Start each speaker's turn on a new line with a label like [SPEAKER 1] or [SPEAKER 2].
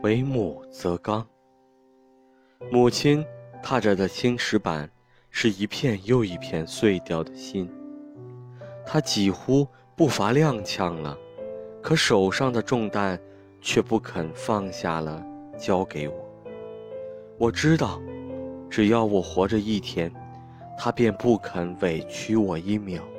[SPEAKER 1] 为母则刚。母亲踏着的青石板是一片又一片碎掉的心，她几乎步伐踉跄了，可手上的重担却不肯放下了，交给我。我知道，只要我活着一天，她便不肯委屈我一秒。